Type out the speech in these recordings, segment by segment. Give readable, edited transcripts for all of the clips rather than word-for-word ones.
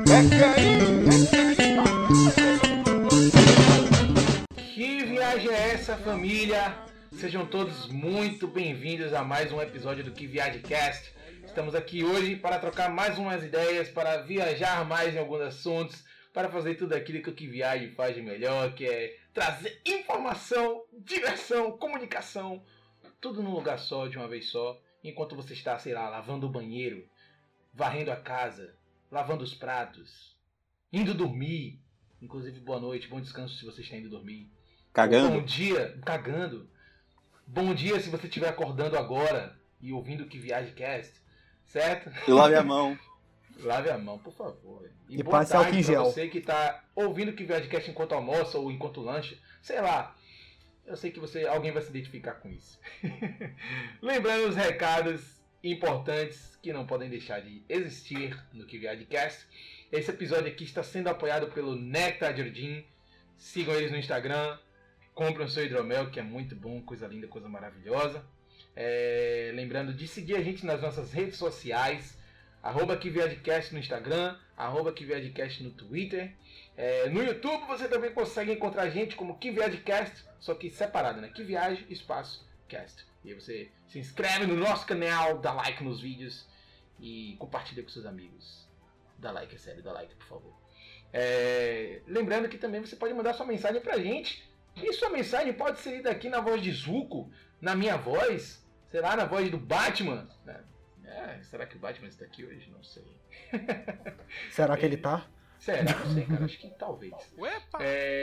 Que viagem é essa, família? Sejam todos muito bem-vindos a mais um episódio do Que Viagem Cast. Estamos aqui hoje para trocar mais umas ideias, para viajar mais em alguns assuntos, para fazer tudo aquilo que o Que Viagem faz de melhor, que é trazer informação, diversão, comunicação, tudo num lugar só, de uma vez só, enquanto você está, sei lá, lavando o banheiro, varrendo a casa, lavando os pratos, indo dormir. Inclusive, boa noite, bom descanso se você está indo dormir. Cagando? Bom dia, cagando. Bom dia se você estiver acordando agora e ouvindo o Que Viagem Cast, certo? Eu lave a mão. Lave a mão, por favor. E boa passe álcool tarde em pra gel. você que está ouvindo o Que Viagem Cast enquanto almoça ou enquanto lancha. Sei lá. Eu sei que alguém vai se identificar com isso. Lembrando os recados importantes que não podem deixar de existir no Que Viagem Cast. Esse episódio aqui está sendo apoiado pelo Nectar Jardim. Sigam eles no Instagram. Comprem o seu hidromel, que é muito bom, coisa linda, coisa maravilhosa. Lembrando de seguir a gente nas nossas redes sociais. @QueViagemCast no Instagram, @QueViagemCast no Twitter. No YouTube você também consegue encontrar a gente como Que Viagem Cast, só que separado, né? Que Viagem, espaço, Cast. E aí você se inscreve no nosso canal, dá like nos vídeos e compartilha com seus amigos. Dá like, é sério, dá like, por favor. Lembrando que também você pode mandar sua mensagem pra gente. E sua mensagem pode ser lida aqui na voz de Zuko, na minha voz, sei lá, na voz do Batman. Será que o Batman está aqui hoje? Não sei. Será que ele tá? Será? Não sei, cara. Acho que talvez. Uepa!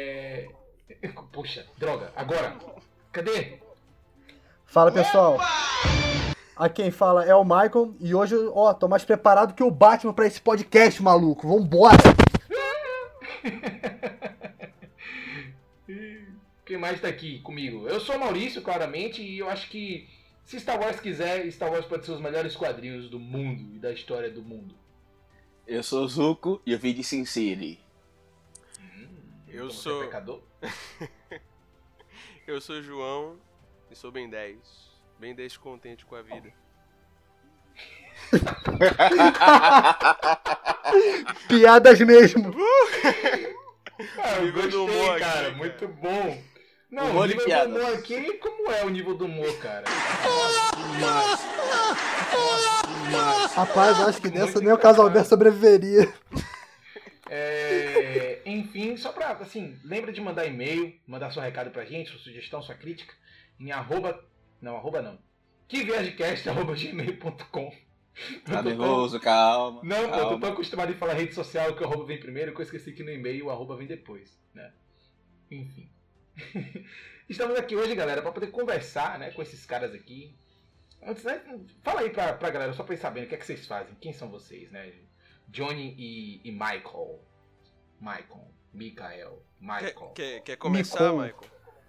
Poxa, droga. Agora. Cadê? Fala, pessoal. Aqui quem fala é o Michael. E hoje, tô mais preparado que o Batman pra esse podcast, maluco. Vambora! Quem mais tá aqui comigo? Eu sou o Maurício, claramente. E eu acho que se Star Wars quiser, Star Wars pode ser os melhores quadrinhos do mundo e da história do mundo. Eu sou o Zuko e eu vim de Sin City. Eu Como sou- você é pecador? Eu sou o João e sou bem 10. Bem 10 contente com a vida. Piadas mesmo. Eu Nível do gostei, humor cara. aqui, Muito bom. Não, Humor o de nível do piadas. humor aqui, como é o nível do humor, cara? Rapaz, acho que dessa Muito nem o Caso engraçado. Alberto sobreviveria. Enfim, só pra, assim, lembra de mandar e-mail, mandar seu recado pra gente, sua sugestão, sua crítica, em QueViagemCast@gmail.com. Tá nervoso, calma. Não, pô, eu tô calma. tão acostumado em falar rede social que o arroba vem primeiro que eu esqueci que no e-mail o arroba vem depois, né? Enfim. Estamos aqui hoje, galera, pra poder conversar, né, com esses caras aqui. Antes, né, fala aí pra galera, só pra eles saberem o que é que vocês fazem, quem são vocês, né? Johnny e Michael. Michael. Quer começar, Mico. Michael?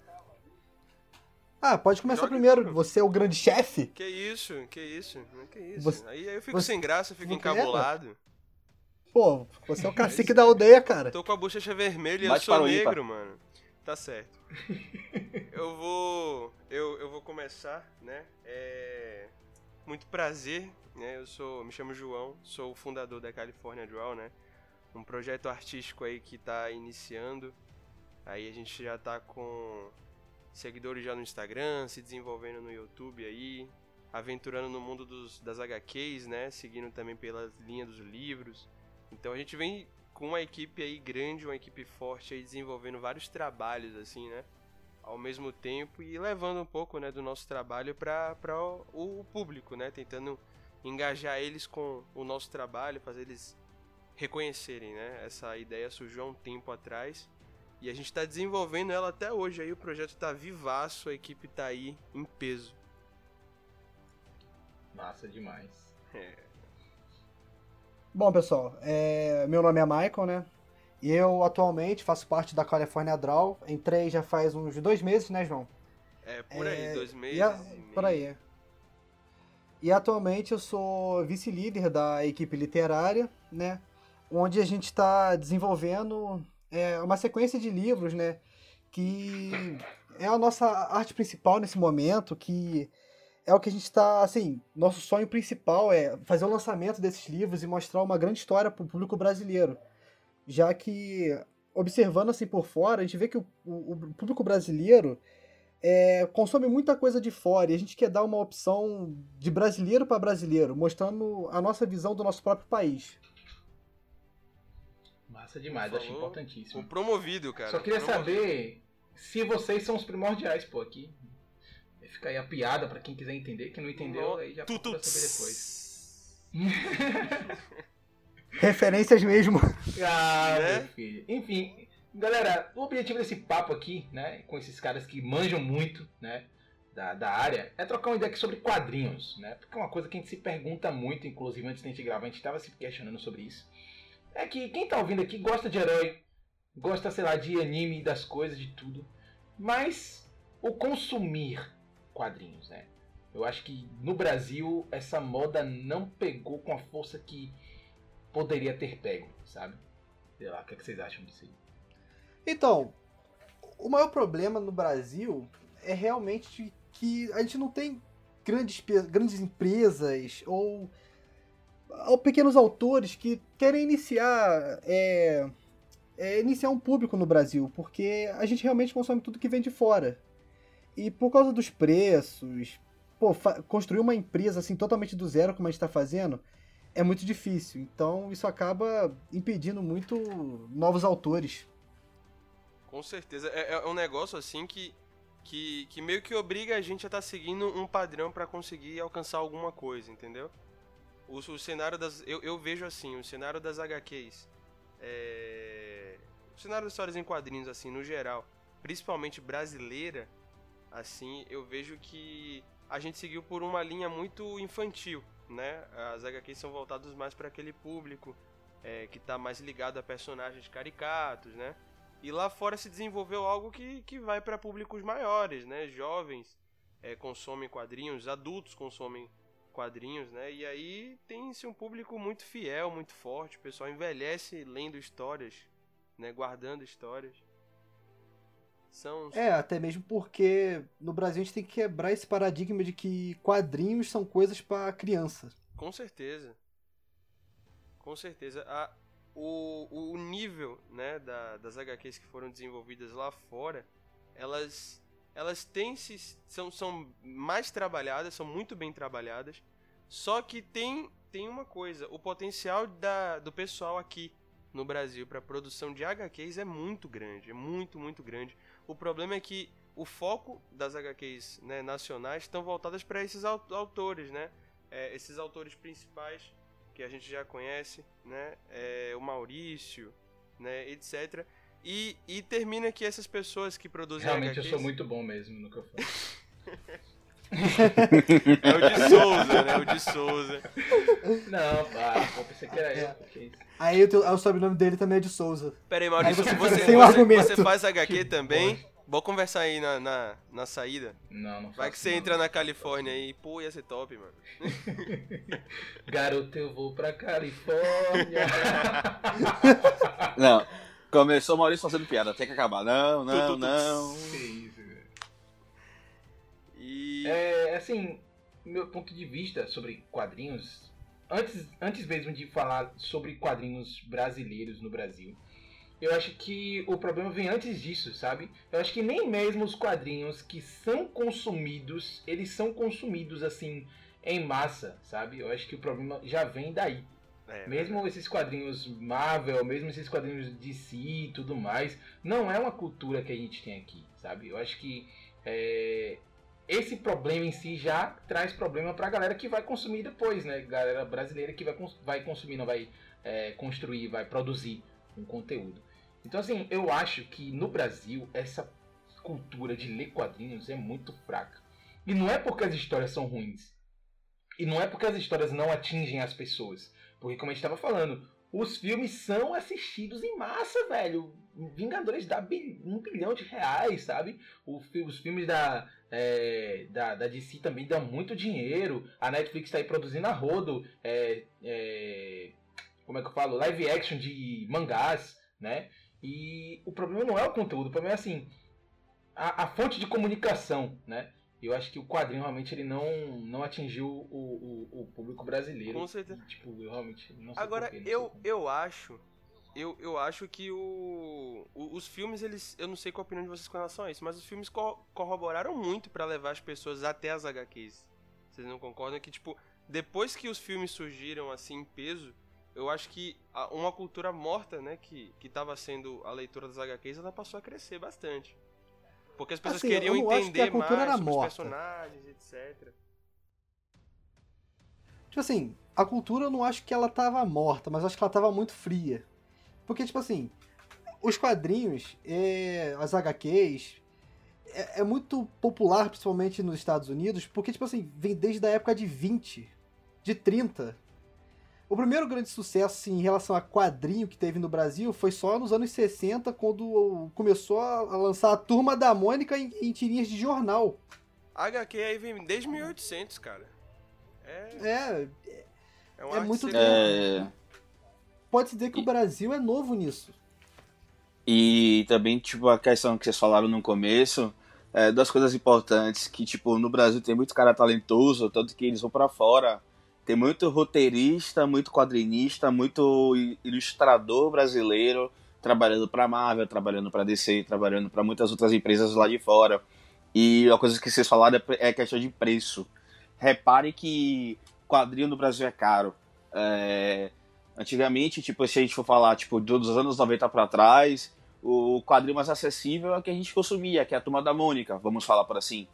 Pode começar Joga. primeiro. Você é o grande chefe? Que isso? Você- Aí eu fico você- sem graça, fico você encabulado. Pô, você é o cacique da aldeia, cara. Tô com a bochecha vermelha e eu Bate sou para o ímpar. negro, mano. Tá certo. Eu vou começar, né? Muito prazer, né? Me chamo João, sou o fundador da California Draw, né? Um projeto artístico aí que tá iniciando. Aí a gente já tá com seguidores já no Instagram, se desenvolvendo no YouTube aí, aventurando no mundo das HQs, né? Seguindo também pela linha dos livros. Então a gente vem com uma equipe aí grande, uma equipe forte aí desenvolvendo vários trabalhos assim, né? Ao mesmo tempo e levando um pouco, né, do nosso trabalho para o público, né? Tentando engajar eles com o nosso trabalho, fazer eles reconhecerem, né? Essa ideia surgiu há um tempo atrás e a gente está desenvolvendo ela até hoje. Aí o projeto está vivaço, a equipe tá aí em peso. Massa demais. Bom, pessoal, meu nome é Michael, né? E eu atualmente faço parte da California Draw. Entrei já faz uns 2 meses, né, João? Por aí, 2 meses. Por aí. E atualmente eu sou vice-líder da equipe literária, né? Onde a gente está desenvolvendo uma sequência de livros, né? Que é a nossa arte principal nesse momento, que é o que a gente está, assim, nosso sonho principal é fazer o lançamento desses livros e mostrar uma grande história para o público brasileiro, já que, observando assim por fora, a gente vê que o público brasileiro consome muita coisa de fora, e a gente quer dar uma opção de brasileiro para brasileiro, mostrando a nossa visão do nosso próprio país. Massa demais, acho importantíssimo. Promovido, cara. Só queria saber se vocês são os primordiais, pô, aqui. Fica aí a piada pra quem quiser entender, quem não entendeu, aí já procura saber depois. Referências mesmo. Meu filho. Enfim, galera, o objetivo desse papo aqui, né, com esses caras que manjam muito, né, da área, é trocar uma ideia aqui sobre quadrinhos, né, porque é uma coisa que a gente se pergunta muito, inclusive antes da gente gravar, a gente tava se questionando sobre isso, é que quem tá ouvindo aqui gosta de herói, gosta, sei lá, de anime, das coisas, de tudo, mas o consumir quadrinhos, né, eu acho que no Brasil essa moda não pegou com a força que poderia ter pego, sabe? Sei lá, o que vocês acham disso aí? Então, o maior problema no Brasil é realmente que a gente não tem grandes empresas ou pequenos autores que querem iniciar um público no Brasil, porque a gente realmente consome tudo que vem de fora. E por causa dos preços, construir uma empresa assim totalmente do zero, como a gente está fazendo, é muito difícil. Então isso acaba impedindo muito novos autores. Com certeza. É um negócio assim que meio que obriga a gente a estar seguindo um padrão para conseguir alcançar alguma coisa, entendeu? O cenário das... Eu vejo assim, o cenário das HQs, o cenário das histórias em quadrinhos, assim, no geral, principalmente brasileira, assim, eu vejo que a gente seguiu por uma linha muito infantil, né? As HQs são voltadas mais para aquele público que tá mais ligado a personagens caricatos, né? E lá fora se desenvolveu algo que vai para públicos maiores, né? Jovens consomem quadrinhos, adultos consomem quadrinhos, né? E aí tem-se um público muito fiel, muito forte. O pessoal envelhece lendo histórias, né? Guardando histórias. Até mesmo porque no Brasil a gente tem que quebrar esse paradigma de que quadrinhos são coisas para criança. Com certeza. Com certeza. O nível, né, das HQs que foram desenvolvidas lá fora, elas são mais trabalhadas, são muito bem trabalhadas, só que tem uma coisa, o potencial do pessoal aqui no Brasil para produção de HQs é muito grande, é muito, muito grande. O problema é que o foco das HQs, né, nacionais estão voltadas para esses autores, né? Esses autores principais que a gente já conhece, né? O Maurício, né, etc. E termina que essas pessoas que produzem realmente HQs... eu sou muito bom mesmo no que eu faço. É o de Souza, né? O de Souza. Não, pensei que era eu. Aí o sobrenome dele também é de Souza. Pera aí, Maurício, você faz HQ também? Vamos conversar aí na saída. Não faço. Vai que você entra na Califórnia aí, pô, ia ser top, mano. Garoto, eu vou pra Califórnia. Não, começou o Maurício fazendo piada, tem que acabar. Não. Que isso, velho. E... assim, meu ponto de vista sobre quadrinhos, antes mesmo de falar sobre quadrinhos brasileiros no Brasil, eu acho que o problema vem antes disso, sabe? Eu acho que nem mesmo os quadrinhos que são consumidos, eles são consumidos assim, em massa, sabe? Eu acho que o problema já vem daí. Mesmo esses quadrinhos Marvel, mesmo esses quadrinhos DC e tudo mais, não é uma cultura que a gente tem aqui, sabe? Eu acho que esse problema em si já traz problema pra galera que vai consumir depois, né? Galera brasileira que vai consumir, não vai construir, vai produzir um conteúdo. Então, assim, eu acho que no Brasil essa cultura de ler quadrinhos é muito fraca. E não é porque as histórias são ruins. E não é porque as histórias não atingem as pessoas. Porque, como a gente estava falando, os filmes são assistidos em massa, velho. Vingadores dá R$1 bilhão, sabe? Os filmes da DC também dão muito dinheiro. A Netflix está aí produzindo a rodo. Como é que eu falo? Live action de mangás, né? E o problema não é o conteúdo, o problema é assim, a fonte de comunicação, né? Eu acho que o quadrinho realmente ele não atingiu o público brasileiro. Com certeza. E, tipo, eu realmente não sei Agora, porquê, não sei eu acho que os filmes, eles... Eu não sei qual a opinião de vocês com relação a isso, mas os filmes corroboraram muito pra levar as pessoas até as HQs. Vocês não concordam que, tipo, depois que os filmes surgiram, assim, em peso, eu acho que uma cultura morta, né, que tava sendo a leitura das HQs, ela passou a crescer bastante. Porque as pessoas Assim, queriam eu não acho que entender a cultura mais era sobre os morta. personagens, etc. Tipo assim, a cultura eu não acho que ela tava morta, mas eu acho que ela tava muito fria. Porque, tipo assim, os quadrinhos, as HQs, é muito popular, principalmente nos Estados Unidos, porque, tipo assim, vem desde a época de 20, de 30. O primeiro grande sucesso, assim, em relação a quadrinho que teve no Brasil foi só nos anos 60, quando começou a lançar a Turma da Mônica em tirinhas de jornal. HQ aí vem desde 1800, cara. É uma é arte muito secreta. Pode-se dizer que o Brasil é novo nisso. E também, tipo, a questão que vocês falaram no começo, das coisas importantes, que, tipo, no Brasil tem muito cara talentoso, tanto que eles vão pra fora. Tem muito roteirista, muito quadrinista, muito ilustrador brasileiro trabalhando pra Marvel, trabalhando pra DC, trabalhando pra muitas outras empresas lá de fora. E a coisa que vocês falaram é questão de preço. Repare que quadrinho no Brasil é caro. Antigamente, tipo, se a gente for falar tipo, dos anos 90 pra trás, o quadrinho mais acessível é o que a gente consumia, que é a Turma da Mônica, vamos falar por assim.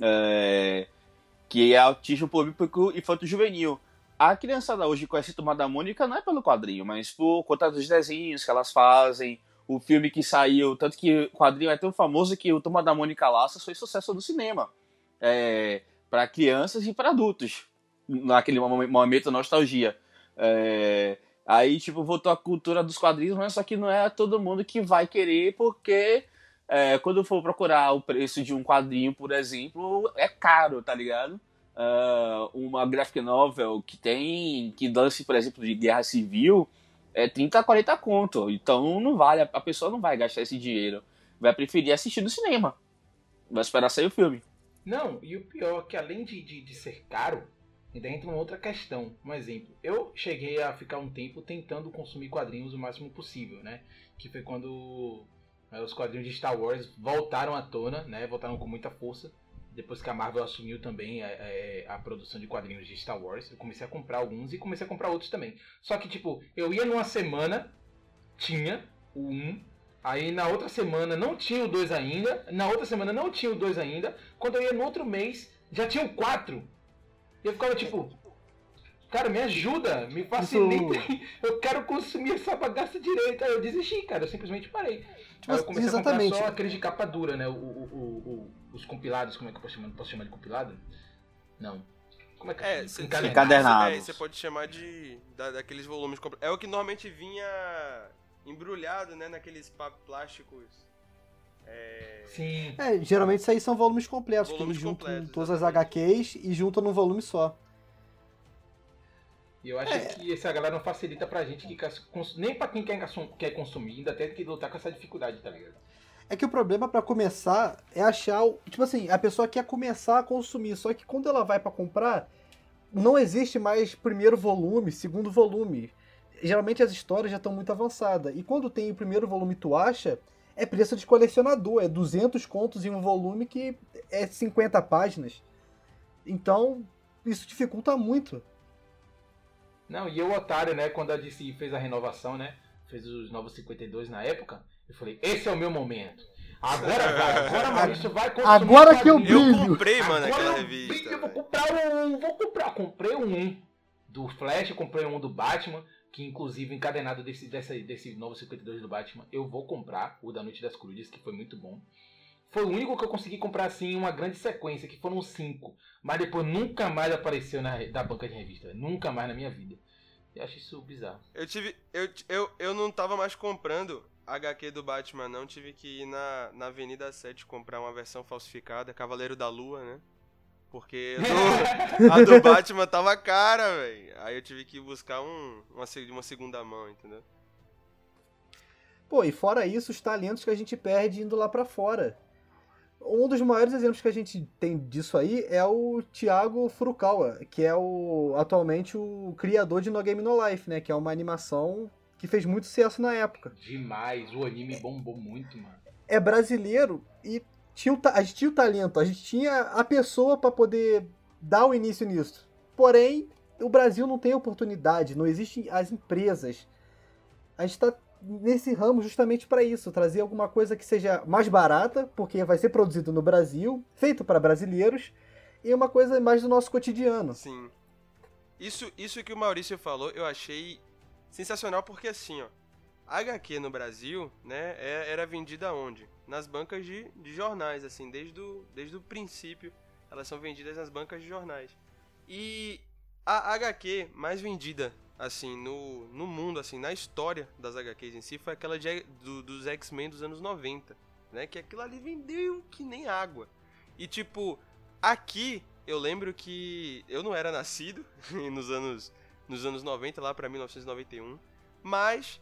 Que atinge o público infanto-juvenil. A criançada hoje conhece a Turma da Mônica não é pelo quadrinho, mas por conta dos desenhos que elas fazem, o filme que saiu, tanto que o quadrinho é tão famoso que o Turma da Mônica Laços foi sucesso do cinema. Para crianças e para adultos, naquele momento nostalgia. Aí, tipo, voltou a cultura dos quadrinhos, mas só que não é todo mundo que vai querer, porque quando for procurar o preço de um quadrinho, por exemplo, é caro, tá ligado? Uma graphic novel que lance, por exemplo, de guerra civil, é 30 a 40 conto. Então não vale, a pessoa não vai gastar esse dinheiro. Vai preferir assistir no cinema. Vai esperar sair o filme. Não, e o pior é que além de ser caro, ainda entra uma outra questão. Um exemplo, eu cheguei a ficar um tempo tentando consumir quadrinhos o máximo possível, né? Que foi quando os quadrinhos de Star Wars voltaram à tona, né? Voltaram com muita força. Depois que a Marvel assumiu também a produção de quadrinhos de Star Wars, eu comecei a comprar alguns e comecei a comprar outros também. Só que, tipo, eu ia numa semana, tinha o 1, aí na outra semana não tinha o 2 ainda, na outra semana não tinha o 2 ainda, quando eu ia no outro mês, já tinha o 4. E eu ficava tipo, cara, me ajuda, me facilita, eu quero consumir essa bagaça direito. Aí eu desisti, cara, eu simplesmente parei. Aí eu comecei a comprar só aqueles de capa dura, né, os compilados, como é que eu posso chamar de compilado? Não. Como é que encadernados. Você pode chamar daqueles volumes. É o que normalmente vinha embrulhado, né, naqueles plásticos. Sim. Geralmente isso aí são volumes completos, que eles juntam todas as HQs e juntam num volume só. E eu acho que essa galera não facilita pra gente, nem pra quem quer consumir, ainda tem que lutar com essa dificuldade, tá ligado? É que o problema pra começar é achar, tipo assim, a pessoa quer começar a consumir, só que quando ela vai pra comprar, não existe mais primeiro volume, segundo volume. Geralmente as histórias já estão muito avançadas. E quando tem o primeiro volume tu acha, é preço de colecionador, é 200 contos em um volume que é 50 páginas. Então, isso dificulta muito. Não, e o otário, né, quando a DC fez a renovação, né, fez os novos 52 na época, eu falei, esse é o meu momento. Agora Maurício vai consumir. Agora que eu brilho. Eu comprei, mano, aquela revista. Eu vou comprar comprei um do Flash, comprei um do Batman, que inclusive encadenado desse novo 52 do Batman, eu vou comprar o da Noite das Cruzes, que foi muito bom. Foi o único que eu consegui comprar assim uma grande sequência, que foram 5. Mas depois nunca mais apareceu na banca de revista. Nunca mais na minha vida. Eu acho isso bizarro. Eu não tava mais comprando HQ do Batman, não. Tive que ir na Avenida 7 comprar uma versão falsificada, Cavaleiro da Lua, né? Porque a do Batman tava cara, velho. Aí eu tive que buscar uma segunda mão, entendeu? Pô, e fora isso, os talentos que a gente perde indo lá pra fora. Um dos maiores exemplos que a gente tem disso aí é o Thiago Furukawa, que é atualmente o criador de No Game No Life, né? Que é uma animação que fez muito sucesso na época. Demais, o anime bombou muito, mano. É brasileiro e a gente tinha o talento, a gente tinha a pessoa para poder dar o início nisso. Porém, o Brasil não tem oportunidade, não existem as empresas. A gente está nesse ramo justamente para isso, trazer alguma coisa que seja mais barata, porque vai ser produzido no Brasil, feito para brasileiros, e uma coisa mais do nosso cotidiano. Sim. Isso que o Maurício falou, eu achei sensacional, porque assim, ó, a HQ no Brasil, né, era vendida onde? Nas bancas de jornais, assim, desde o princípio, elas são vendidas nas bancas de jornais. E a HQ mais vendida, assim, no mundo, assim, na história das HQs em si, foi aquela dos X-Men dos anos 90, né? Que aquilo ali vendeu que nem água. E, tipo, aqui, eu lembro que eu não era nascido nos anos 90, lá pra 1991, mas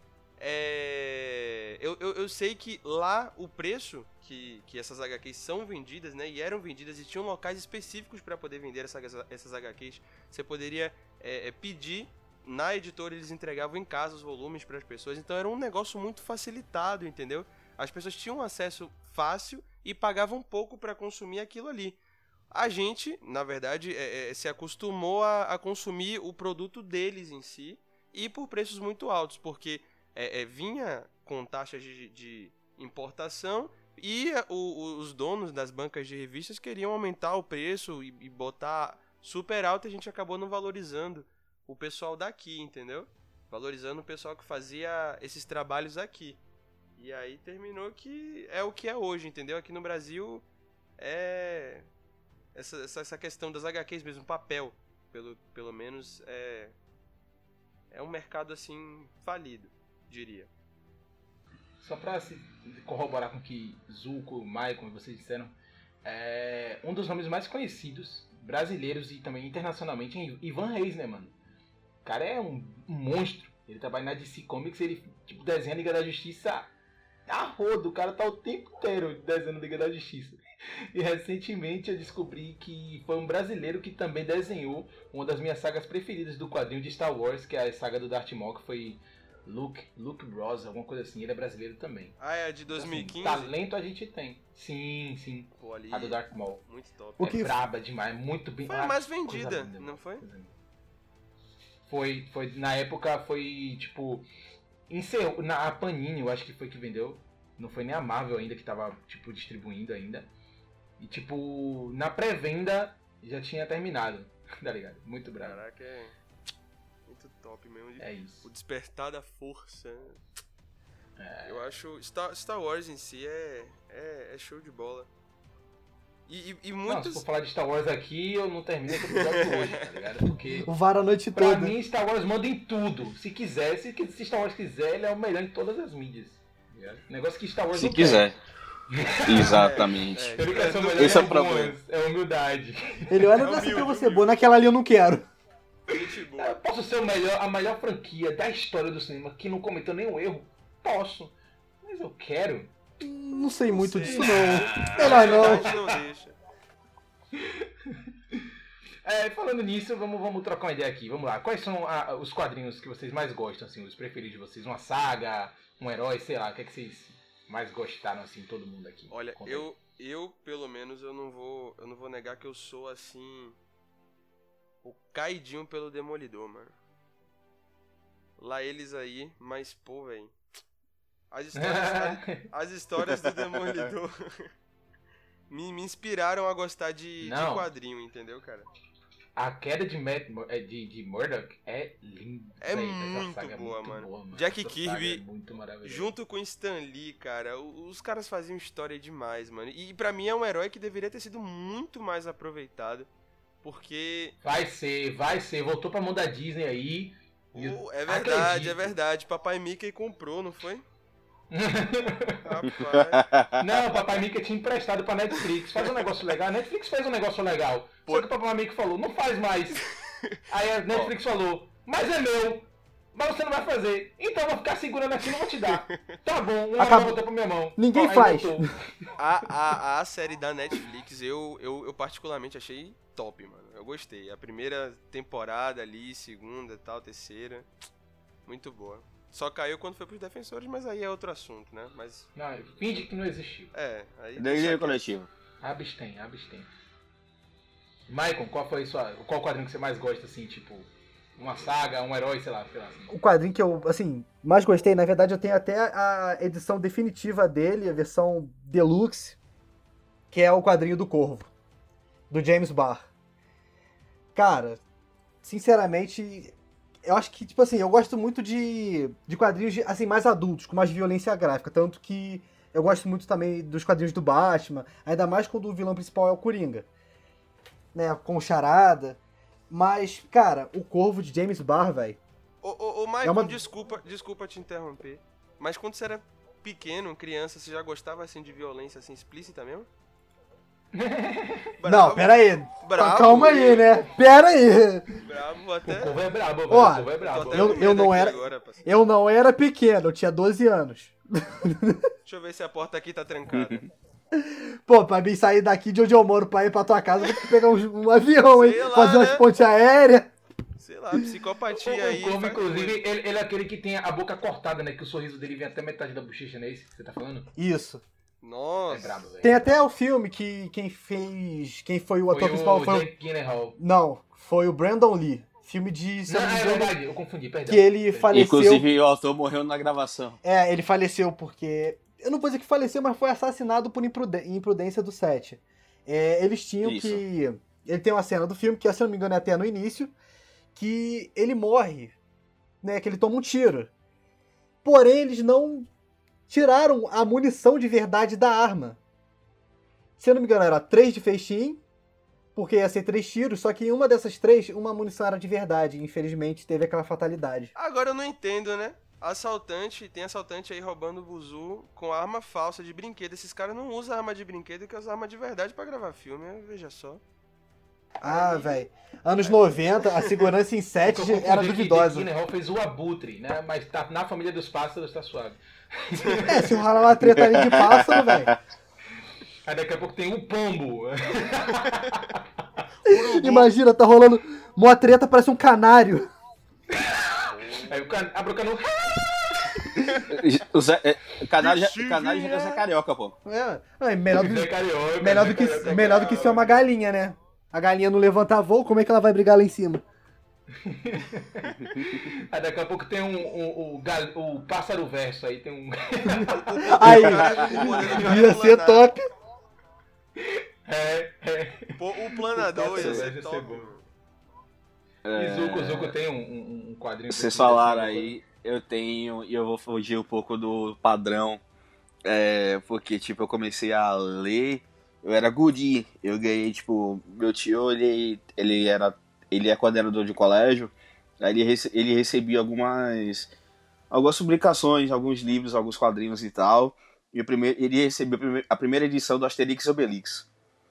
eu sei que lá o preço que essas HQs são vendidas, né? E eram vendidas e tinham locais específicos para poder vender essas HQs. Você poderia pedir. Na editora eles entregavam em casa os volumes para as pessoas, então era um negócio muito facilitado, entendeu? As pessoas tinham acesso fácil e pagavam pouco para consumir aquilo ali. A gente, na verdade, se acostumou a consumir o produto deles em si e por preços muito altos, porque vinha com taxas de importação e os donos das bancas de revistas queriam aumentar o preço e botar super alto, e a gente acabou não valorizando o pessoal daqui, entendeu? Valorizando o pessoal que fazia esses trabalhos aqui. E aí terminou que é o que é hoje, entendeu? Aqui no Brasil essa questão das HQs mesmo, papel, pelo menos é um mercado assim falido, diria. Só pra se corroborar com o que Zuko, Maicon e vocês disseram, um dos nomes mais conhecidos, brasileiros e também internacionalmente, é Ivan Reis, né, mano? O cara é um monstro. Ele trabalha na DC Comics, ele tipo desenha a Liga da Justiça a rodo. O cara tá o tempo inteiro desenhando a Liga da Justiça. E recentemente eu descobri que foi um brasileiro que também desenhou uma das minhas sagas preferidas do quadrinho de Star Wars, que é a saga do Darth Maul, que foi Luke Bros, alguma coisa assim. Ele é brasileiro também. Ah, é de 2015? Então, assim, talento a gente tem. Sim. Pô, ali, a do Darth Maul. Muito top. É braba demais, muito bem. Foi a mais vendida, não foi? Foi, na época foi tipo, a Panini, eu acho que foi que vendeu, não foi nem a Marvel ainda que tava tipo distribuindo ainda, e tipo, na pré-venda já tinha terminado, tá ligado? Muito bravo. Caraca, é muito top mesmo. É isso. O despertar da força. Eu acho, Star Wars em si é show de bola. E muitos... Não, se for falar de Star Wars aqui, eu não termino esse episódio hoje, tá ligado? Porque o VAR a noite pra toda. mim, Star Wars manda em tudo. Se quiser, se Star Wars quiser, ele é o melhor em todas as mídias. Tá, negócio que Star Wars se não quiser. Exatamente. Ele quer ser o melhor Esse é o em problema. algumas, é humildade. Ele olha nessa pra você boa, naquela ali eu não quero. Eu posso ser a melhor franquia da história do cinema que não cometeu nenhum erro? Posso. Mas eu quero. Não sei muito disso não. Melhor não. Não deixa. Falando nisso, vamos trocar uma ideia aqui. Vamos lá. Quais são os quadrinhos que vocês mais gostam, assim, os preferidos de vocês? Uma saga, um herói, sei lá. O que é que vocês mais gostaram, assim, todo mundo aqui? Olha, eu pelo menos eu não vou negar que eu sou assim o caidinho pelo Demolidor, mano. Lá eles aí, mas pô, velho. As histórias do Demolidor me inspiraram a gostar de quadrinho, entendeu, cara? A queda de Murdock é linda. É muito boa, mano. Jack Kirby, junto com Stan Lee, cara, os caras faziam história demais, mano. E pra mim é um herói que deveria ter sido muito mais aproveitado, porque... Vai ser. Voltou pra mão da Disney aí. É verdade. Papai Mickey comprou, não foi? Rapaz. Não, o Papai Mickey tinha emprestado pra Netflix. Faz um negócio legal. A Netflix fez um negócio legal. Só que o Papai Mickey falou, não faz mais. Aí a Netflix falou, mas é meu. Mas você não vai fazer. Então eu vou ficar segurando aqui e não vou te dar. Tá bom, uma Acabou. volta pra minha mão. Ninguém Aí faz. voltou. A série da Netflix, eu particularmente achei top, mano. Eu gostei. A primeira temporada ali, segunda, tal, terceira. Muito boa. Só caiu quando foi pros defensores, mas aí é outro assunto, né? Mas, Não, finge que não existiu. aí... Delírio deixa quieto. coletivo. Abstém. Maicon, qual quadrinho que você mais gosta, assim, tipo, uma saga, um herói, sei lá assim. O quadrinho que eu, assim, mais gostei, na verdade eu tenho até a edição definitiva dele, a versão deluxe, que é o quadrinho do Corvo, do James Barr. Cara, sinceramente, eu acho que, tipo assim, eu gosto muito de quadrinhos, assim, mais adultos, com mais violência gráfica, tanto que eu gosto muito também dos quadrinhos do Batman, ainda mais quando o vilão principal é o Coringa, né, com o Charada. Mas, cara, o Corvo de James Barr, velho. Ô, Maicon, É uma- desculpa te interromper. Mas quando você era pequeno, criança, você já gostava, assim, de violência, assim, explícita mesmo? Não, pera aí. Bravo. Calma aí, né? Pera aí. Bravo até... O Corvo é brabo, velho. Ó, O Corvo é brabo. Tô até eu- com eu medo não aqui era- agora, parceiro. Eu não era pequeno, eu tinha 12 anos. Deixa eu ver se a porta aqui tá trancada. Pô, pra mim sair daqui de onde eu moro pra ir pra tua casa, eu vou ter que pegar um avião, hein? Sei lá, Fazer umas né? pontes aéreas. Sei lá, psicopatia aí. O Corvo, faz inclusive, coisa. ele é aquele que tem a boca cortada, né? Que o sorriso dele vem até metade da bochecha, não é isso que você tá falando? Isso. É Nossa. brabo, velho. Tem até o filme que quem foi o ator principal o foi o... Jake Gyllenhaal. Não, foi o Brandon Lee. Filme de... se eu Não, não me é engano, verdade, eu confundi, perdão. que ele faleceu... Inclusive, o autor morreu na gravação. Ele faleceu porque... Eu não vou dizer que faleceu, mas foi assassinado por imprudência do set. Eles tinham Isso. que... Ele tem uma cena do filme, que se eu não me engano é até no início, que ele morre, né? Que ele toma um tiro. Porém, eles não tiraram a munição de verdade da arma. Se eu não me engano, era 3 de festim, porque ia ser 3 tiros, só que em uma dessas 3, uma munição era de verdade. Infelizmente, teve aquela fatalidade. Agora eu não entendo, né? Tem assaltante aí roubando buzu com arma falsa de brinquedo. Esses caras não usam arma de brinquedo, que usam arma de verdade pra gravar filme, né? Veja só. Ah, velho. Anos 90, a segurança em set Eu confundi era que duvidosa. Jake Gyllenhaal fez o Abutre, né? Mas tá na família dos pássaros, tá suave. Se rolar uma treta ali de pássaro, velho. Aí daqui a pouco tem o Pombo. Imagina, tá rolando uma treta, parece um canário. Aí abre o cano. Canário já deve ser carioca, pô. Melhor É carioca, melhor do é que, carioca, melhor do que ser uma galinha, né? A galinha não levanta voo, como é que ela vai brigar lá em cima? Aí daqui a pouco tem o pássaro verso, aí tem um. Aí, O poder do ia ser planar. top. Pô, o planador ia Ia ser ser top. bom. mano. E Zuko tem um quadrinho. Vocês preciso, falaram assim, aí, eu tenho, e eu vou fugir um pouco do padrão, porque, tipo, eu comecei a ler, eu era guri, eu ganhei, tipo, meu tio, ele é coordenador de colégio, aí ele recebia algumas publicações, alguns livros, alguns quadrinhos e tal, e ele recebeu a primeira edição do Asterix e Obelix.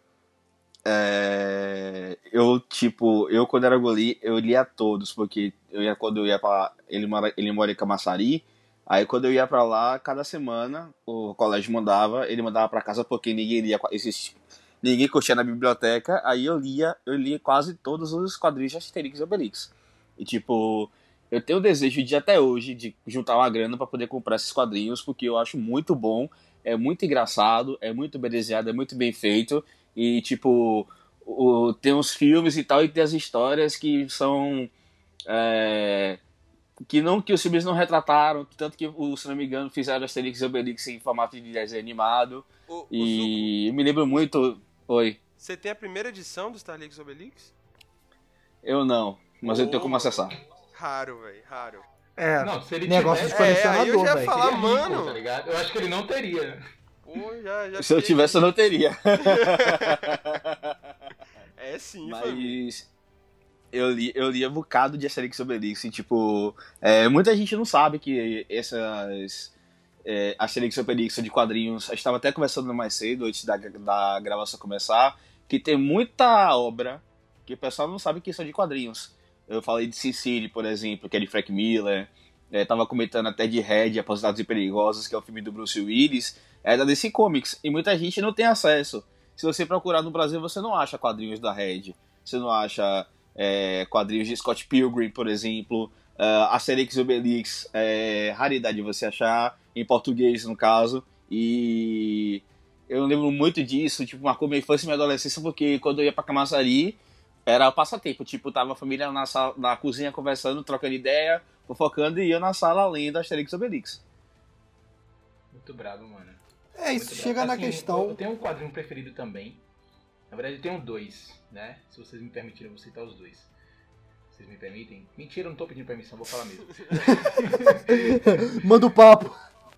Eu quando era guri, eu lia todos, porque quando eu ia pra. Ele mora em Camaçari, aí quando eu ia pra lá, cada semana o colégio ele mandava pra casa porque ninguém curtia na biblioteca, aí eu lia quase todos os quadrinhos de Asterix e Obelix. E tipo, eu tenho o desejo de até hoje de juntar uma grana pra poder comprar esses quadrinhos, porque eu acho muito bom, é muito engraçado, é muito bem desenhado, é muito bem feito. E, tipo, tem uns filmes e tal, e tem as histórias que são... que os filmes não retrataram, tanto que, se não me engano, fizeram Asterix e Obelix em formato de desenho animado. E eu me lembro muito... Oi. Você tem a primeira edição do Asterix e Obelix? Eu não, mas eu tenho como acessar. Raro, velho, raro. Não, se ele Negócio de tivesse, aí eu colecionador, já ia velho. falar, seria rico, mano. tá ligado? Eu acho que ele não teria. Pô, já Se eu fiquei tivesse, eu não teria. É sim, família. Mas eu li um bocado de Asterix e Obelix e, tipo, muita gente não sabe que essas Asterix e Obelix de quadrinhos, a gente estava até conversando mais cedo, antes da gravação começar, que tem muita obra que o pessoal não sabe que são de quadrinhos. Eu falei de Sin City, por exemplo, que é de Frank Miller. Tava comentando até de Red, Aposentados e Perigosos, que é o filme do Bruce Willis. É da DC Comics. E muita gente não tem acesso. Se você procurar no Brasil, você não acha quadrinhos da Red. Você não acha quadrinhos de Scott Pilgrim, por exemplo. Asterix e Obelix é raridade você achar, em português, no caso. E eu lembro muito disso, tipo, marcou minha infância e minha adolescência, porque quando eu ia pra Camaçari, era passatempo. Tipo, tava a família na cozinha conversando, trocando ideia, fofocando, e eu na sala lendo Asterix e Obelix. Muito bravo, mano. Isso Muito chega bravo. na Assim, questão. Eu tenho um quadrinho preferido também. Na verdade, eu tenho dois, né? Se vocês me permitirem, eu vou citar os dois. Vocês me permitem? Mentira, eu não tô pedindo permissão, vou falar mesmo. Manda o papo.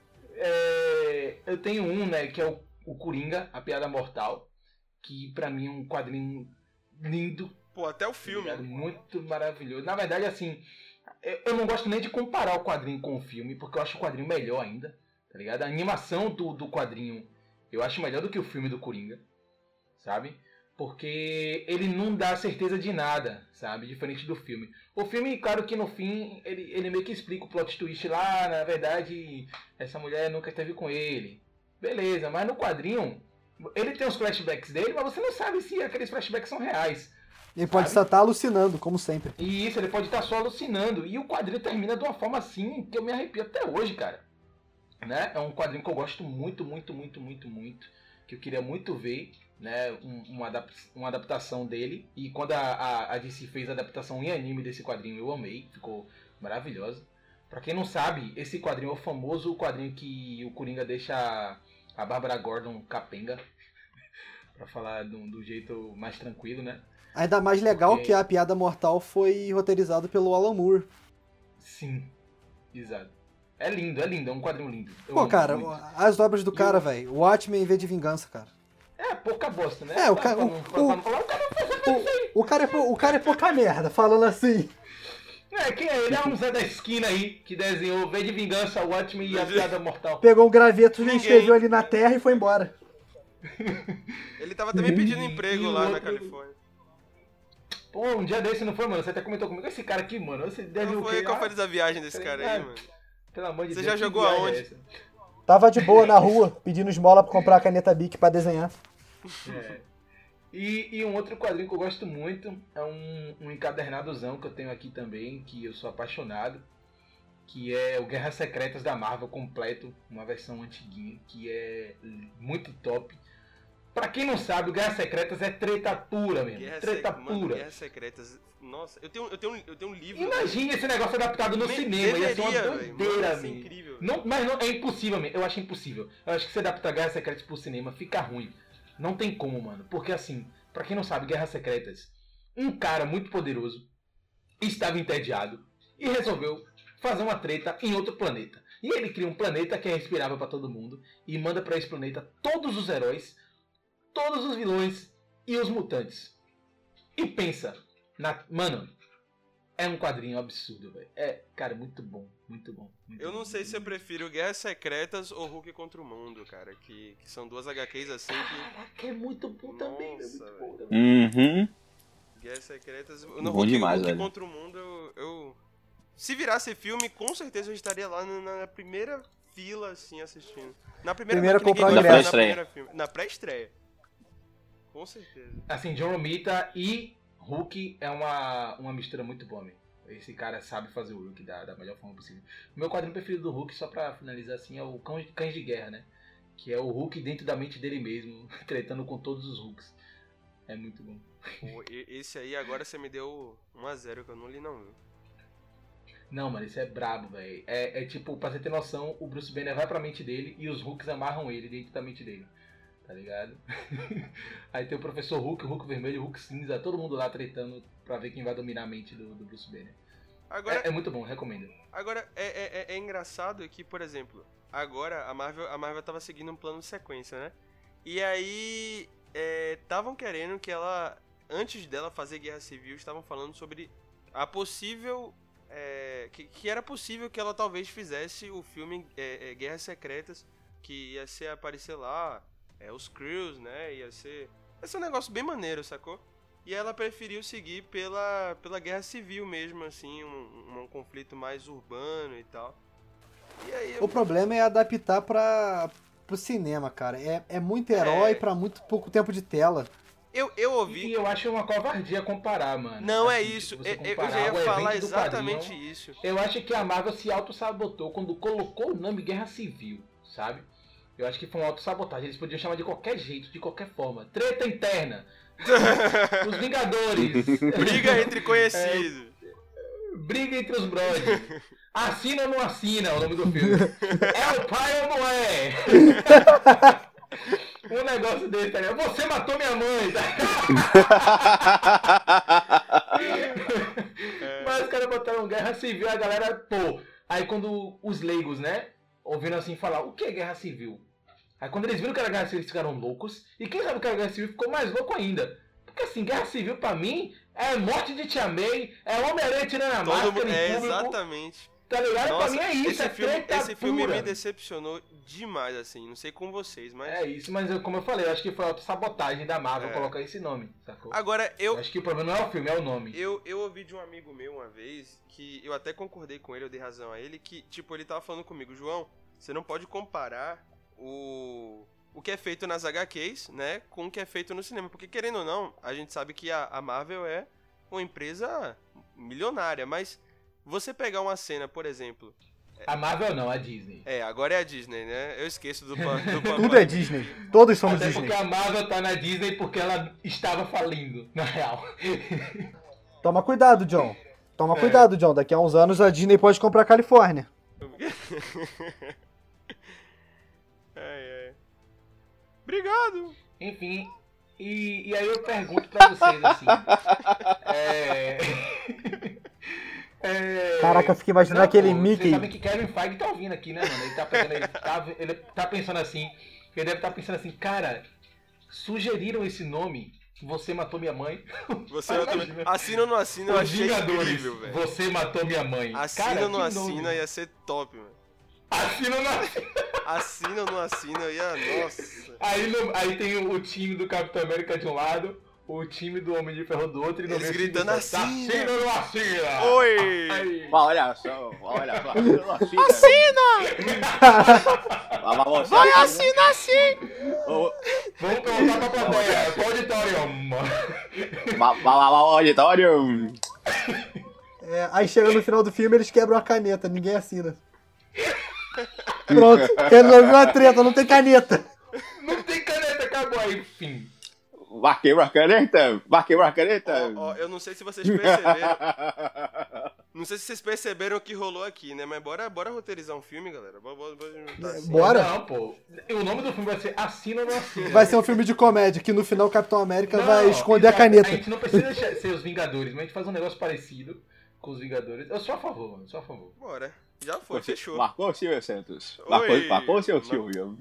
Eu tenho um, né, que é o Coringa, A Piada Mortal, que pra mim é um quadrinho lindo. Pô, até o filme. Ligado? Muito maravilhoso. Na verdade, assim, eu não gosto nem de comparar o quadrinho com o filme, porque eu acho o quadrinho melhor ainda, tá ligado? A animação do quadrinho eu acho melhor do que o filme do Coringa, sabe? Porque ele não dá certeza de nada, sabe? Diferente do filme. O filme, claro que no fim, ele meio que explica o plot twist lá, na verdade, essa mulher nunca esteve com ele. Beleza, mas no quadrinho, ele tem os flashbacks dele, mas você não sabe se aqueles flashbacks são reais. Ele pode só estar alucinando, como sempre. E isso, ele pode estar só alucinando. E o quadrinho termina de uma forma assim que eu me arrepio até hoje, cara. Né? É um quadrinho que eu gosto muito, muito, muito, muito, muito. Que eu queria muito ver, né? Uma adaptação dele. E quando a DC fez a adaptação em anime desse quadrinho, eu amei. Ficou maravilhosa. Pra quem não sabe, esse quadrinho é o famoso quadrinho que o Coringa deixa a Bárbara Gordon capenga. Pra falar do jeito mais tranquilo, né? Ainda mais legal que A Piada Mortal foi roteirizado pelo Alan Moore. Sim, exato. É lindo, é um quadrinho lindo. Pô, cara, as obras do cara, velho. Watchmen em vez de vingança, cara. É, pouca bosta, né? O cara é pouca merda, falando assim. Quem é ele? É um Zé da esquina aí, que desenhou V de Vingança, Watchmen e A Piada Mortal. Pegou um graveto, escreveu ali na terra e foi embora. Ele tava também pedindo emprego lá na Califórnia. Pô, um dia desse não foi, mano? Você até comentou comigo. Esse cara aqui, mano, você deve o quê? Qual foi a viagem desse cara aí, mano? Pelo amor de Deus. Você já jogou aonde? Tava de boa na rua, pedindo esmola pra comprar a caneta Bic pra desenhar. E um outro quadrinho que eu gosto muito é um encadernadozão que eu tenho aqui também, que eu sou apaixonado, que é o Guerras Secretas da Marvel completo, uma versão antiguinha, que é muito top. Pra quem não sabe, o Guerras Secretas é treta pura, mesmo. Pura. Guerras Secretas. Nossa, eu tenho um livro. Imagina esse negócio adaptado no cinema. Ia ser uma doideira, mano. Incrível. Mas não, é impossível, mesmo. Eu acho impossível. Eu acho que se adaptar Guerras Secretas pro cinema fica ruim. Não tem como, mano. Porque assim, pra quem não sabe, Guerras Secretas, um cara muito poderoso estava entediado e resolveu fazer uma treta em outro planeta. E ele cria um planeta que é respirável pra todo mundo e manda pra esse planeta todos os heróis, todos os vilões e os mutantes. E pensa, mano, é um quadrinho absurdo, velho. Cara, muito bom, muito bom. Eu não sei se eu prefiro Guerras Secretas ou Hulk contra o Mundo, cara, que são duas HQs assim que... Caraca, é muito bom também, é muito bom também. Uhum. Guerras Secretas... No Hulk contra o Mundo, eu... Se virasse filme, com certeza eu estaria lá na primeira fila, assim, assistindo. Na primeira comprar na pré-estreia. Com certeza. Assim, John Romita e Hulk é uma mistura muito boa, mesmo. Esse cara sabe fazer o Hulk da melhor forma possível. O meu quadrinho preferido do Hulk, só pra finalizar assim, é o Cães de Guerra, né? Que é o Hulk dentro da mente dele mesmo, tretando com todos os Hulks. É muito bom. Pô, esse aí agora você me deu 1-0 que eu não li não, viu? Não, mano, isso é brabo, velho. É tipo, pra você ter noção, o Bruce Banner vai pra mente dele e os Hulks amarram ele dentro da mente dele. Tá ligado? Aí tem o Professor Hulk, o Hulk vermelho, o Hulk cinza, todo mundo lá tretando pra ver quem vai dominar a mente do Bruce Banner. Agora, é muito bom, recomendo. Agora, é engraçado que, por exemplo, agora a Marvel tava seguindo um plano de sequência, né? E aí, estavam querendo que ela, antes dela fazer Guerra Civil, estavam falando sobre a possível... que era possível que ela talvez fizesse o filme Guerras Secretas, que ia ser aparecer lá... os Crews, né? Ia ser um negócio bem maneiro, sacou? E ela preferiu seguir pela guerra civil mesmo, assim, um conflito mais urbano e tal. E aí, O problema é adaptar pro cinema, cara. É muito herói pra muito pouco tempo de tela. eu ouvi... E eu acho uma covardia comparar, mano. Não, assim, é isso. você Eu comparar já ia o falar evento do exatamente quadrinho. isso. Eu acho que a Marvel se auto-sabotou quando colocou o nome Guerra Civil, sabe? Eu acho que foi uma auto-sabotagem. Eles podiam chamar de qualquer jeito, de qualquer forma. Treta interna. Os Vingadores. Briga entre conhecidos. Briga entre os brothers. Assina ou não assina o nome do filme. É o pai ou não é? Um negócio desse, tá ligado? Você matou minha mãe, tá ligado? Mas os caras botaram Guerra Civil, a galera, pô. Aí quando os leigos, né, ouviram assim falar, o que é Guerra Civil? Aí quando eles viram que era Guerra Civil, eles ficaram loucos. E quem sabe que era Guerra Civil ficou mais louco ainda. Porque assim, Guerra Civil pra mim é morte de Tia May, é Homem-Aranha tirando a máscara em público. Exatamente. Tá ligado? Nossa, pra mim é isso, esse filme pura. me decepcionou demais, assim. Não sei com vocês, mas... É isso, mas como eu falei, eu acho que foi autossabotagem da Marvel colocar esse nome, sacou? Agora, Eu acho que o problema não é o filme, é o nome. Eu ouvi de um amigo meu uma vez, que eu até concordei com ele, eu dei razão a ele, que, tipo, ele tava falando comigo, João, você não pode comparar o que é feito nas HQs, né, com o que é feito no cinema. Porque, querendo ou não, a gente sabe que a Marvel é uma empresa milionária, mas você pegar uma cena, por exemplo... A Marvel não, a Disney. Agora é a Disney, né? Eu esqueço do Tudo é Disney. Todos somos Até Disney. porque a Marvel tá na Disney porque ela estava falindo, na real. Toma cuidado, John. Toma cuidado, John. Daqui a uns anos a Disney pode comprar a Califórnia. Obrigado! Enfim, e aí eu pergunto pra vocês assim. Caraca, eu fiquei imaginando aquele Mickey. Vocês sabem que Kevin Feige tá ouvindo aqui, né, mano? Ele tá pensando assim. Ele deve estar pensando assim, cara, sugeriram esse nome. Você matou minha mãe. Você matou minha... Assina ou não assina, eu achei incrível, velho. Você matou minha mãe. Assina ou não assina, ia ser top, mano. Assina ou não assina. Assina ou não assina, ia... Nossa. Aí tem o time do Capitão América de um lado, o time do Homem de Ferro do outro, e no eles meio gritando assina. Assina ou não assina? Oi! Olha só. Assina! Vai assinar sim! Vamos perguntar pra plateia, qual auditório? Auditório. Aí chega no final do filme eles quebram a caneta, ninguém assina. Pronto, resolveu a treta, não tem caneta. Não tem caneta, acabou aí, fim. Vai quebrar a caneta? Ó, eu não sei se vocês perceberam. Não sei se vocês perceberam o que rolou aqui, né? Mas bora roteirizar um filme, galera. Bora? Não, pô. O nome do filme vai ser Assina ou não Assina. Vai ser um filme de comédia, que no final o Capitão América vai esconder a caneta. A gente não precisa ser os Vingadores, mas a gente faz um negócio parecido com os Vingadores. Eu sou a favor, mano. Sou a favor. Bora. Já foi, fechou. Marcou o Silvio Santos. Oi. Marcou o seu Silvio.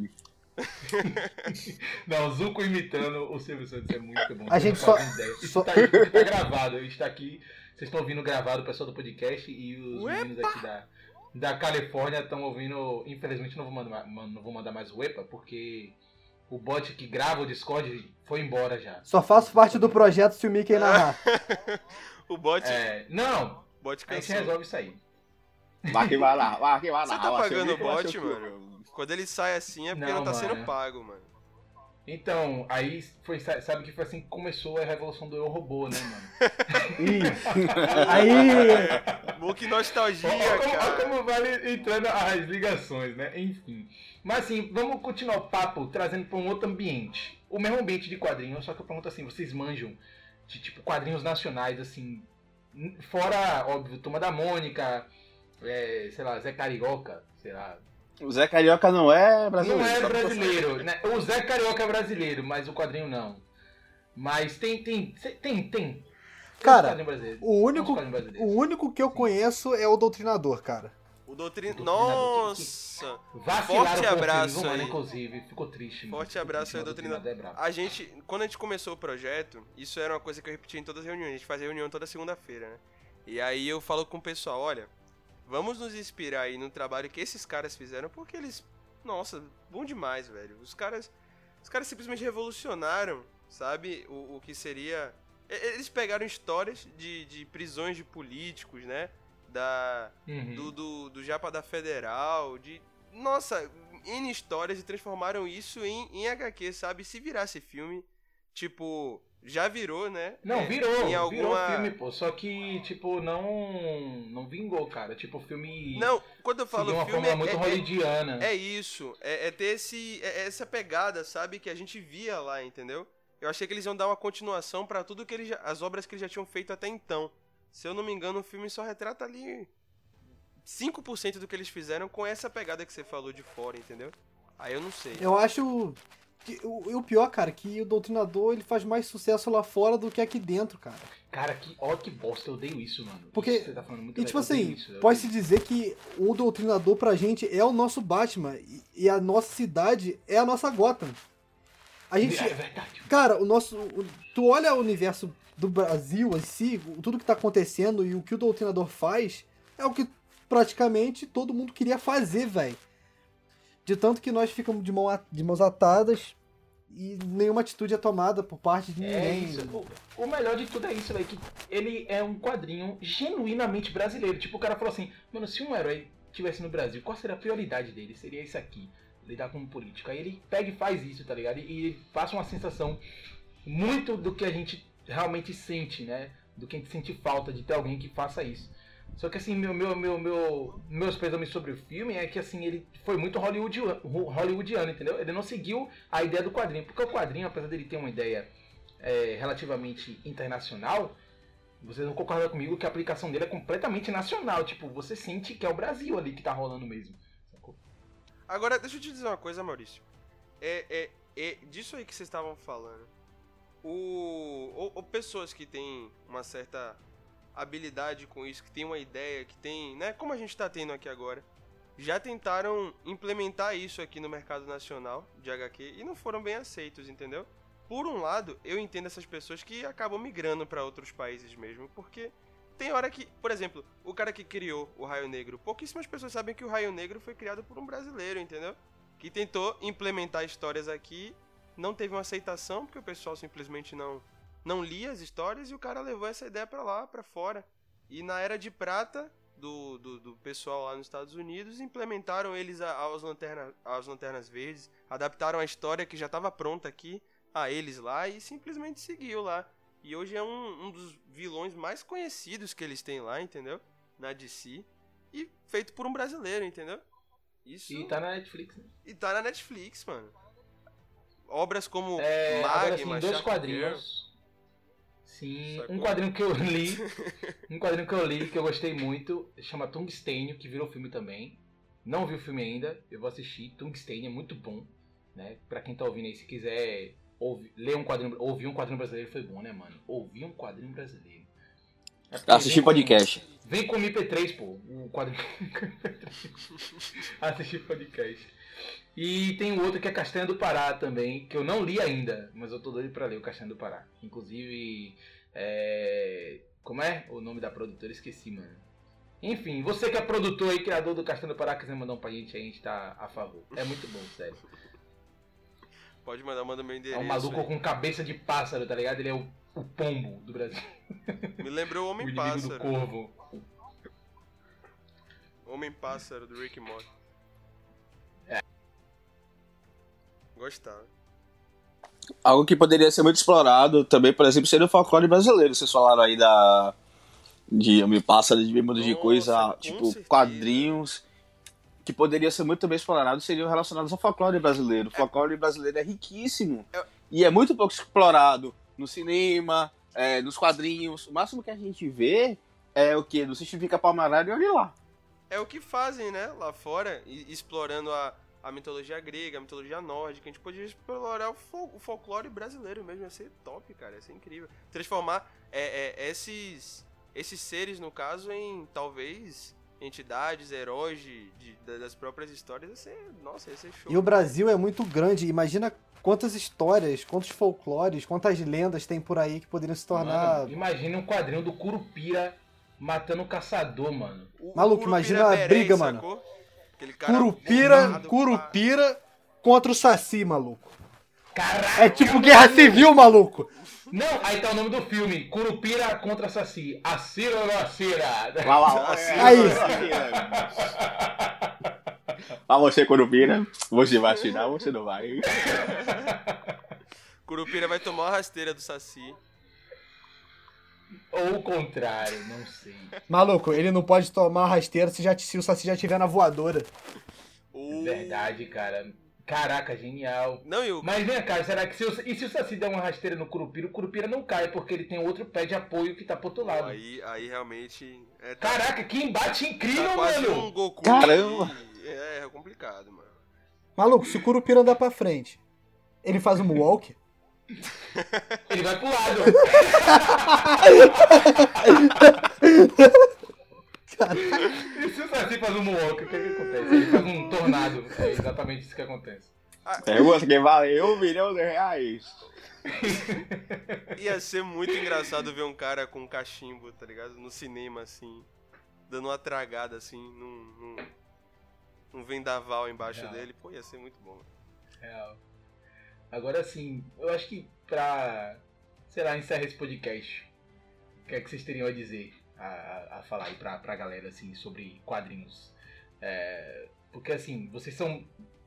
Não, o Zuko imitando o Silvio Santos é muito bom. A gente só... Isso tá gravado. A gente tá aqui... Vocês estão ouvindo gravado, o pessoal do podcast, e os meninos aqui da Califórnia estão ouvindo... Infelizmente não vou mandar mais o EPA, porque o bot que grava o Discord foi embora já. Só faço parte do projeto se o Mickey narrar. O bot... Não, bot a gente resolve isso aí. Vai que vai lá. Você tá pagando o bot, mano? Quando ele sai assim é porque não tá sendo pago, mano. Então, aí sabe que foi assim que começou a revolução do Eu Robô, né, mano? Aí... Que nostalgia, cara. Olha como vai entrando as ligações, né? Enfim. Mas assim, vamos continuar o papo trazendo pra um outro ambiente. O mesmo ambiente de quadrinhos, só que eu pergunto assim, vocês manjam de tipo quadrinhos nacionais, assim, fora, óbvio, Turma da Mônica, sei lá, Zé Carioca, sei lá. O Zé Carioca não é brasileiro. Não é brasileiro, né? O Zé Carioca é brasileiro, mas o quadrinho não. Mas tem. Cara, o único que eu conheço é o Doutrinador, cara. O Doutrinador. Nossa! Forte abraço aí. Inclusive, ficou triste. Forte abraço aí, Doutrinador. Quando a gente começou o projeto, isso era uma coisa que eu repetia em todas as reuniões. A gente fazia reunião toda segunda-feira, né? E aí eu falo com o pessoal, olha, vamos nos inspirar aí no trabalho que esses caras fizeram, porque eles, nossa, bom demais, velho. Os caras simplesmente revolucionaram, sabe, o que seria Eles pegaram histórias de prisões de políticos, né? Do Japa da Federal, nossa, N histórias, e transformaram isso em HQ, sabe? Se virasse filme, tipo, já virou, né? Não, virou filme, pô. Só que, tipo, não vingou, cara. Tipo, o filme... Não, quando eu falo uma filme... forma muito hollywoodiana. É isso. É ter essa pegada, sabe? Que a gente via lá, entendeu? Eu achei que eles iam dar uma continuação pra tudo que as obras que eles já tinham feito até então. Se eu não me engano, o filme só retrata ali 5% do que eles fizeram com essa pegada que você falou de fora, entendeu? Aí eu não sei. Eu acho... O pior, cara, que o Doutrinador ele faz mais sucesso lá fora do que aqui dentro, cara. Cara, que bosta, eu odeio isso, mano. Porque, isso você tá falando muito e tipo assim, isso, pode-se dizer que o Doutrinador pra gente é o nosso Batman e a nossa cidade é a nossa Gotham. A gente... É verdade. Cara, tu olha o universo do Brasil em si, tudo que tá acontecendo e o que o Doutrinador faz é o que praticamente todo mundo queria fazer, velho. De tanto que nós ficamos de mãos atadas e nenhuma atitude é tomada por parte de ninguém. Isso. O melhor de tudo é isso, velho, que ele é um quadrinho genuinamente brasileiro. Tipo, o cara falou assim, mano, se um herói estivesse no Brasil, qual seria a prioridade dele? Seria isso aqui, lidar com um político. Aí ele pega e faz isso, tá ligado? E passa uma sensação muito do que a gente realmente sente, né? Do que a gente sente falta de ter alguém que faça isso. Só que assim, meus pêsames sobre o filme é que assim, ele foi muito hollywoodiano, entendeu? Ele não seguiu a ideia do quadrinho, porque o quadrinho, apesar dele ter uma ideia relativamente internacional, vocês vão concordar comigo que a aplicação dele é completamente nacional. Tipo, você sente que é o Brasil ali que tá rolando mesmo. Sacou? Agora, deixa eu te dizer uma coisa, Maurício. Disso aí que vocês estavam falando. Ou pessoas que têm uma certa habilidade com isso, que tem uma ideia, que tem, né, como a gente tá tendo aqui agora, já tentaram implementar isso aqui no mercado nacional de HQ e não foram bem aceitos, entendeu? Por um lado, eu entendo essas pessoas que acabam migrando pra outros países mesmo, porque tem hora que, por exemplo, o cara que criou o Raio Negro, pouquíssimas pessoas sabem que o Raio Negro foi criado por um brasileiro, entendeu? Que tentou implementar histórias aqui, não teve uma aceitação, porque o pessoal simplesmente não lia as histórias e o cara levou essa ideia pra lá, pra fora. E na Era de Prata do pessoal lá nos Estados Unidos, implementaram eles às Lanternas Verdes, adaptaram a história que já estava pronta aqui a eles lá e simplesmente seguiu lá. E hoje é um dos vilões mais conhecidos que eles têm lá, entendeu? Na DC. E feito por um brasileiro, entendeu? Isso... E tá na Netflix, né? E tá na Netflix, mano. Obras como agora, Magma, assim, dois quadrinhos. Sim, Sacou? um quadrinho que eu li, que eu gostei muito, chama Tungstênio, que virou filme também. Não vi o filme ainda, eu vou assistir. Tungstênio é muito bom, né? Pra quem tá ouvindo aí, se quiser ouvir um quadrinho brasileiro, foi bom, né, mano? Ouvir um quadrinho brasileiro. Assistir podcast. Vem com o MP3, pô, o quadrinho. Assistir podcast. E tem um outro que é Castanha do Pará também, que eu não li ainda, mas eu tô doido pra ler o Castanha do Pará. Inclusive, como é o nome da produtora? Esqueci, mano. Enfim, você que é produtor e criador do Castanha do Pará, quiser mandar um pra gente, a gente tá a favor. É muito bom, sério. Pode manda meu endereço. É um maluco aí. com cabeça de pássaro, tá ligado? Ele é o pombo do Brasil. Me lembrou o O inimigo do Homem-Pássaro. corvo. Homem-Pássaro do Rick and Morty. Gostava. Algo que poderia ser muito explorado também, por exemplo, seria o folclore brasileiro. Vocês falaram aí de Homem-Pássaro, de mundo de Nossa, coisa, com tipo, certeza. quadrinhos, que poderia ser muito bem explorado, seriam relacionados ao folclore brasileiro. O folclore brasileiro é riquíssimo e é muito pouco explorado no cinema, nos quadrinhos. O máximo que a gente vê é o quê? Do Sítio do Pica-Pau Amarelo e olha lá. É o que fazem, né, lá fora, explorando a mitologia grega, a mitologia nórdica. A gente podia explorar o folclore brasileiro mesmo. Ia ser top, cara. Ia ser incrível. Transformar esses seres, no caso, em talvez entidades, heróis das próprias histórias. Ia ser show. E o Brasil é muito grande. Imagina quantas histórias, quantos folclores, quantas lendas tem por aí que poderiam se tornar... Mano, imagina um quadrinho do Curupira matando o caçador, mano. Maluco, imagina a briga, mano. Sacou? Aquele cara bombado, Curupira contra o Saci, maluco. Caralho! É tipo guerra civil, maluco. Não, aí tá o nome do filme. Curupira contra Saci. Acira ou não acira? Lá, Aí. Pra você, Curupira, você vai assinar ou você não vai? Curupira vai tomar uma rasteira do Saci. Ou o contrário, não sei. Maluco, ele não pode tomar rasteira se o Saci já estiver na voadora. Verdade, cara. Caraca, genial. Não, e o... Mas vem cá, será que se o Saci der uma rasteira no Curupira, o Curupira não cai, porque ele tem outro pé de apoio que tá pro outro lado. Aí realmente... Caraca, que embate incrível, tá quase mano! um Goku. Caramba! É complicado, mano. Maluco, se o Curupira andar pra frente, ele faz um walk. Ele vai pro lado. E se o Saci faz um moonwalk, o que acontece? Ele faz um tornado. É exatamente isso que acontece. Pergunta que vale R$1 milhão. Ia ser muito engraçado ver um cara com um cachimbo, tá ligado? No cinema, assim, dando uma tragada, assim, num vendaval embaixo dele. Pô, ia ser muito bom. Real. Agora sim, eu acho que pra, sei lá, encerrar esse podcast, o que é que vocês teriam a dizer, a falar aí pra galera, assim, sobre quadrinhos? Porque, assim, vocês são...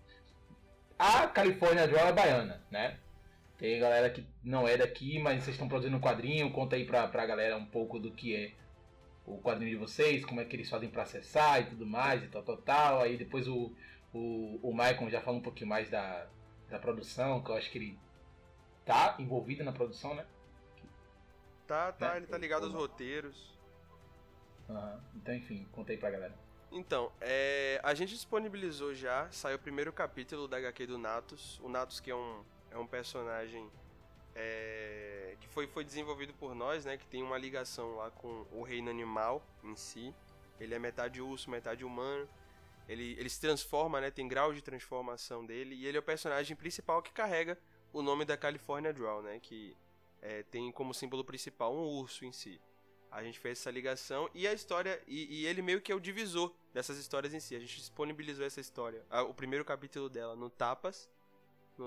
A California Draw é baiana, né? Tem galera que não é daqui, mas vocês estão produzindo um quadrinho. Conta aí pra galera um pouco do que é o quadrinho de vocês, como é que eles fazem pra acessar e tudo mais, e tal. Aí depois o Maicon já fala um pouquinho mais da produção, que eu acho que ele tá envolvido na produção, né? Tá, ele tá ligado aos roteiros. Então, enfim, conta aí pra galera. Então, a gente disponibilizou já, saiu o primeiro capítulo da HQ do Natus. O Natus, que é um personagem que foi desenvolvido por nós, né? Que tem uma ligação lá com o reino animal em si. Ele é metade urso, metade humano. Ele se transforma, né? Tem grau de transformação dele. E ele é o personagem principal que carrega o nome da California Draw, né? Que tem como símbolo principal um urso em si. A gente fez essa ligação e a história... E ele meio que é o divisor dessas histórias em si. A gente disponibilizou essa história, o primeiro capítulo dela no Tapas. No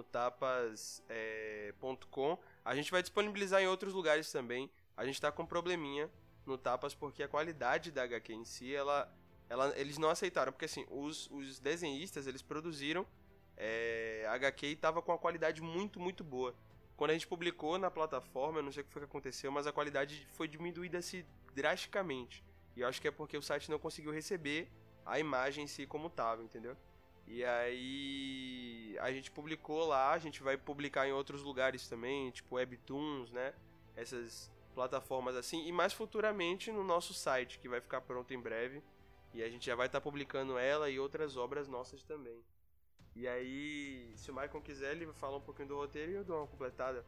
tapas.com. A gente vai disponibilizar em outros lugares também. A gente tá com um probleminha no Tapas porque a qualidade da HQ em si, eles não aceitaram. Porque assim, os desenhistas, eles produziram a HQ e tava com uma qualidade muito, muito boa. Quando a gente publicou na plataforma, eu não sei o que foi que aconteceu, mas a qualidade foi diminuída assim, drasticamente. E eu acho que é porque o site não conseguiu receber a imagem em si como tava, entendeu? E aí a gente publicou lá, a gente vai publicar em outros lugares também, tipo Webtoons, né? Essas plataformas assim, e mais futuramente no nosso site, que vai ficar pronto em breve. E a gente já vai estar publicando ela e outras obras nossas também. E aí, se o Maicon quiser, ele fala um pouquinho do roteiro e eu dou uma completada.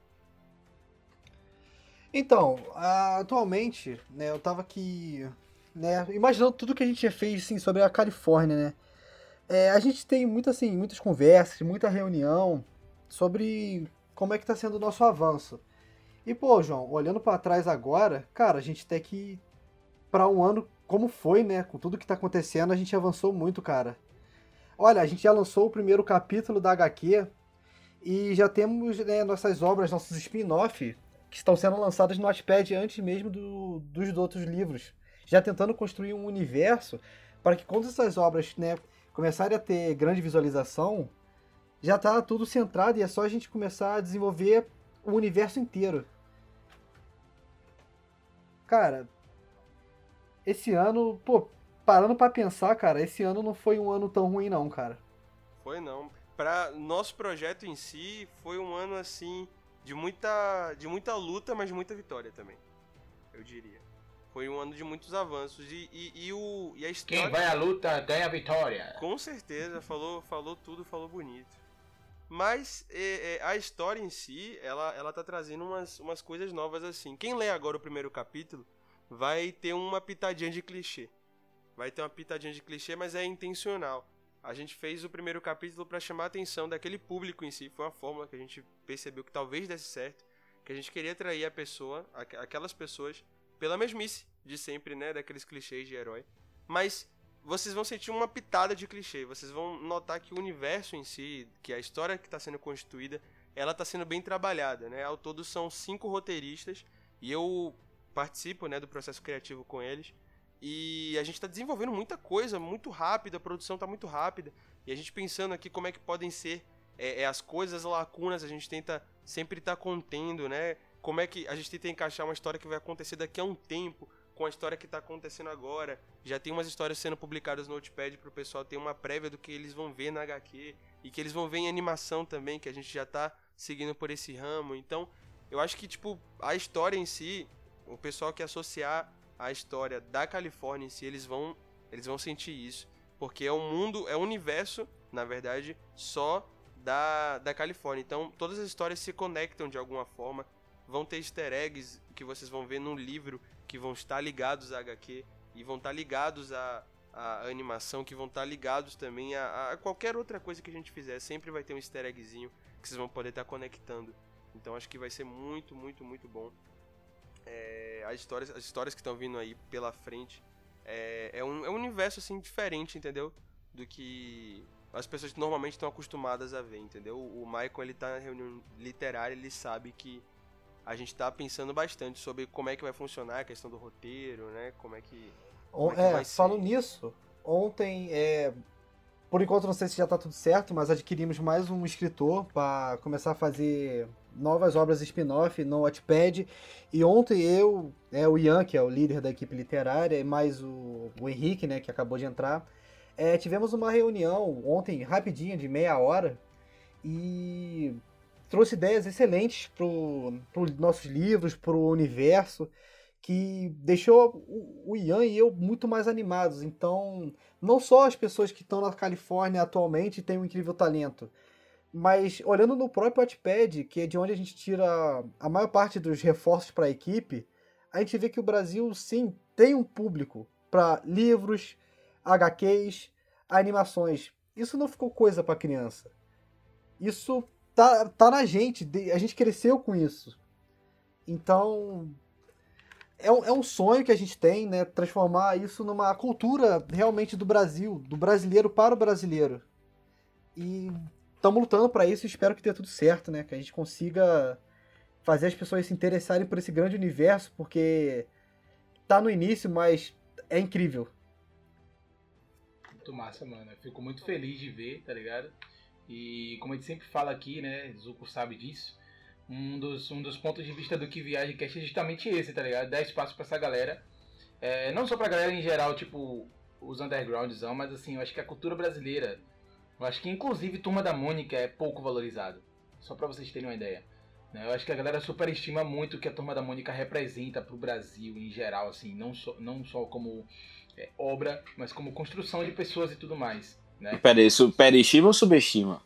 Então, atualmente, né, eu tava aqui, né, imaginando tudo que a gente já fez, assim, sobre a Califórnia, né. A gente tem muitas conversas, muita reunião sobre como é que tá sendo o nosso avanço. E, pô, João, olhando pra trás agora, cara, a gente tem que, pra um ano como foi, né, com tudo que tá acontecendo, a gente avançou muito, cara. Olha, a gente já lançou o primeiro capítulo da HQ e já temos, né, nossas obras, nossos spin-off, que estão sendo lançadas no Wattpad antes mesmo dos outros livros. Já tentando construir um universo para que quando essas obras, né, começarem a ter grande visualização, já tá tudo centrado e é só a gente começar a desenvolver o universo inteiro. Cara, esse ano, pô, parando pra pensar, cara, esse ano não foi um ano tão ruim não, cara. Foi não. Pra nosso projeto em si, foi um ano assim, de muita luta, mas de muita vitória também, eu diria. Foi um ano de muitos avanços e a história... Quem vai à luta ganha a vitória. Com certeza, falou tudo, falou bonito. Mas a história em si, ela tá trazendo umas coisas novas assim. Quem lê agora o primeiro capítulo vai ter uma pitadinha de clichê. Vai ter uma pitadinha de clichê, mas é intencional. A gente fez o primeiro capítulo para chamar a atenção daquele público em si. Foi uma fórmula que a gente percebeu que talvez desse certo. Que a gente queria atrair a pessoa, aquelas pessoas, pela mesmice de sempre, né? Daqueles clichês de herói. Mas vocês vão sentir uma pitada de clichê. Vocês vão notar que o universo em si, que a história que está sendo constituída, ela tá sendo bem trabalhada, né? Ao todo são 5 roteiristas e eu participo, né, do processo criativo com eles. E a gente está desenvolvendo muita coisa, muito rápida, a produção está muito rápida. E a gente pensando aqui como é que podem ser as coisas, as lacunas, a gente tenta sempre estar contendo, né? Como é que a gente tenta encaixar uma história que vai acontecer daqui a um tempo com a história que está acontecendo agora. Já tem umas histórias sendo publicadas no Notepad para o pessoal ter uma prévia do que eles vão ver na HQ e que eles vão ver em animação também, que a gente já está seguindo por esse ramo. Então, eu acho que, tipo, a história em si, o pessoal que associar a história da Califórnia em si, eles vão sentir isso, porque é um mundo, é um universo, na verdade, só da Califórnia. Então, todas as histórias se conectam de alguma forma, vão ter easter eggs que vocês vão ver no livro, que vão estar ligados à HQ, e vão estar ligados à animação, que vão estar ligados também a qualquer outra coisa que a gente fizer. Sempre vai ter um easter eggzinho que vocês vão poder estar conectando. Então, acho que vai ser muito, muito, muito bom. As histórias que estão vindo aí pela frente é um universo assim diferente, entendeu? Do que as pessoas normalmente estão acostumadas a ver, entendeu? O Michael, ele tá na reunião literária, ele sabe que a gente tá pensando bastante sobre como é que vai funcionar a questão do roteiro, né? Como é que vai ser. Falando nisso, ontem, por enquanto não sei se já tá tudo certo, mas adquirimos mais um escritor para começar a fazer novas obras spin-off no Wattpad. E ontem o Ian, que é o líder da equipe literária, e mais o Henrique, né, que acabou de entrar, tivemos uma reunião ontem, rapidinha, de meia hora, e trouxe ideias excelentes para os nossos livros, para o universo, que deixou o Ian e eu muito mais animados. Então, não só as pessoas que estão na Califórnia atualmente têm um incrível talento, mas olhando no próprio Wattpad, que é de onde a gente tira a maior parte dos reforços para a equipe, a gente vê que o Brasil, sim, tem um público para livros, HQs, animações. Isso não ficou coisa para criança. Isso tá na gente, a gente cresceu com isso. Então, é um sonho que a gente tem, né? Transformar isso numa cultura realmente do Brasil, do brasileiro para o brasileiro. E estamos lutando para isso e espero que dê tudo certo, né? Que a gente consiga fazer as pessoas se interessarem por esse grande universo, porque tá no início, mas é incrível. Muito massa, mano. Eu fico muito feliz de ver, tá ligado? E como a gente sempre fala aqui, né? Zuko sabe disso. Um dos pontos de vista do Que Viagem Cast é justamente esse, tá ligado? Dar espaço pra essa galera. Não só pra galera em geral, tipo, os undergrounds, mas assim, eu acho que a cultura brasileira, eu acho que inclusive Turma da Mônica é pouco valorizado. Só pra vocês terem uma ideia. Eu acho que a galera superestima muito o que a Turma da Mônica representa pro Brasil em geral, assim, não só como obra, mas como construção de pessoas e tudo mais, né? Peraí, superestima ou subestima?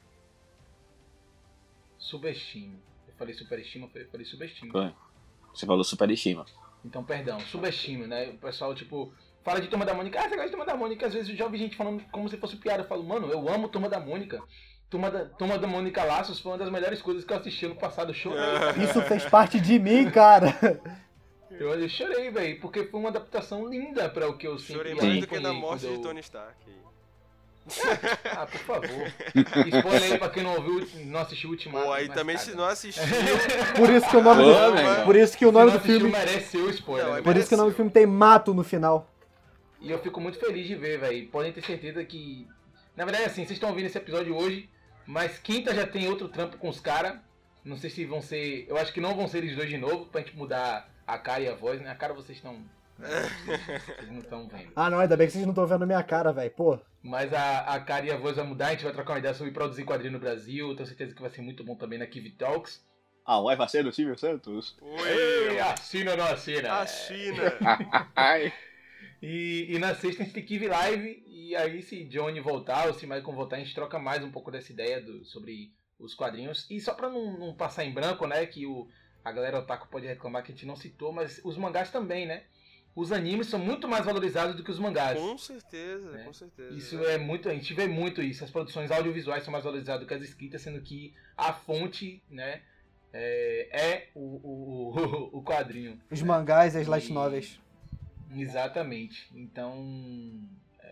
Subestima. Eu falei superestima, eu falei subestima. Foi. Você falou superestima. Então, perdão, subestima, né? O pessoal, tipo, fala de Turma da Mônica. Ah, você gosta de Turma da Mônica? Às vezes eu já ouvi gente falando como se fosse piada. Eu falo, mano, eu amo Turma da Mônica. Turma da Mônica Laços foi uma das melhores coisas que eu assisti ano passado. Eu chorei. Isso fez parte de mim, cara. Eu chorei, velho, porque foi uma adaptação linda pra o que eu sempre chorei mais do que na morte de Tony Stark. Ah, por favor. Spoiler aí pra quem não ouviu, não assistiu o Ultimato. Pô, aí também se não assistiu. Por isso que o nome do filme merece ser o spoiler. Não, por isso que o nome do filme tem mato no final. E eu fico muito feliz de ver, velho. Podem ter certeza que... Na verdade, assim, vocês estão ouvindo esse episódio hoje, mas quinta já tem outro trampo com os caras. Não sei se vão ser... Eu acho que não vão ser eles dois de novo, pra gente mudar a cara e a voz, né? A cara vocês estão... Vocês não estão vendo. Ah, não, ainda bem que vocês não estão vendo a minha cara, velho. Pô. Mas a cara e a voz vai mudar, a gente vai trocar uma ideia sobre produzir quadrinho no Brasil. Tenho certeza que vai ser muito bom também na Kiwi Talks. Ah, vai ser do Silvio Santos? Oi, assina ou não assina? Assina. E na sexta a gente tem Kiwi Live. E aí se Johnny voltar ou se Michael voltar, a gente troca mais um pouco dessa ideia sobre os quadrinhos. E só pra não passar em branco, né, que a galera otaku pode reclamar que a gente não citou, mas os mangás também, né? Os animes são muito mais valorizados do que os mangás. Com certeza, né? Com certeza. Isso é muito, a gente vê muito isso. As produções audiovisuais são mais valorizadas do que as escritas, sendo que a fonte, né, é o quadrinho. Os mangás e as light novels. Exatamente. Então,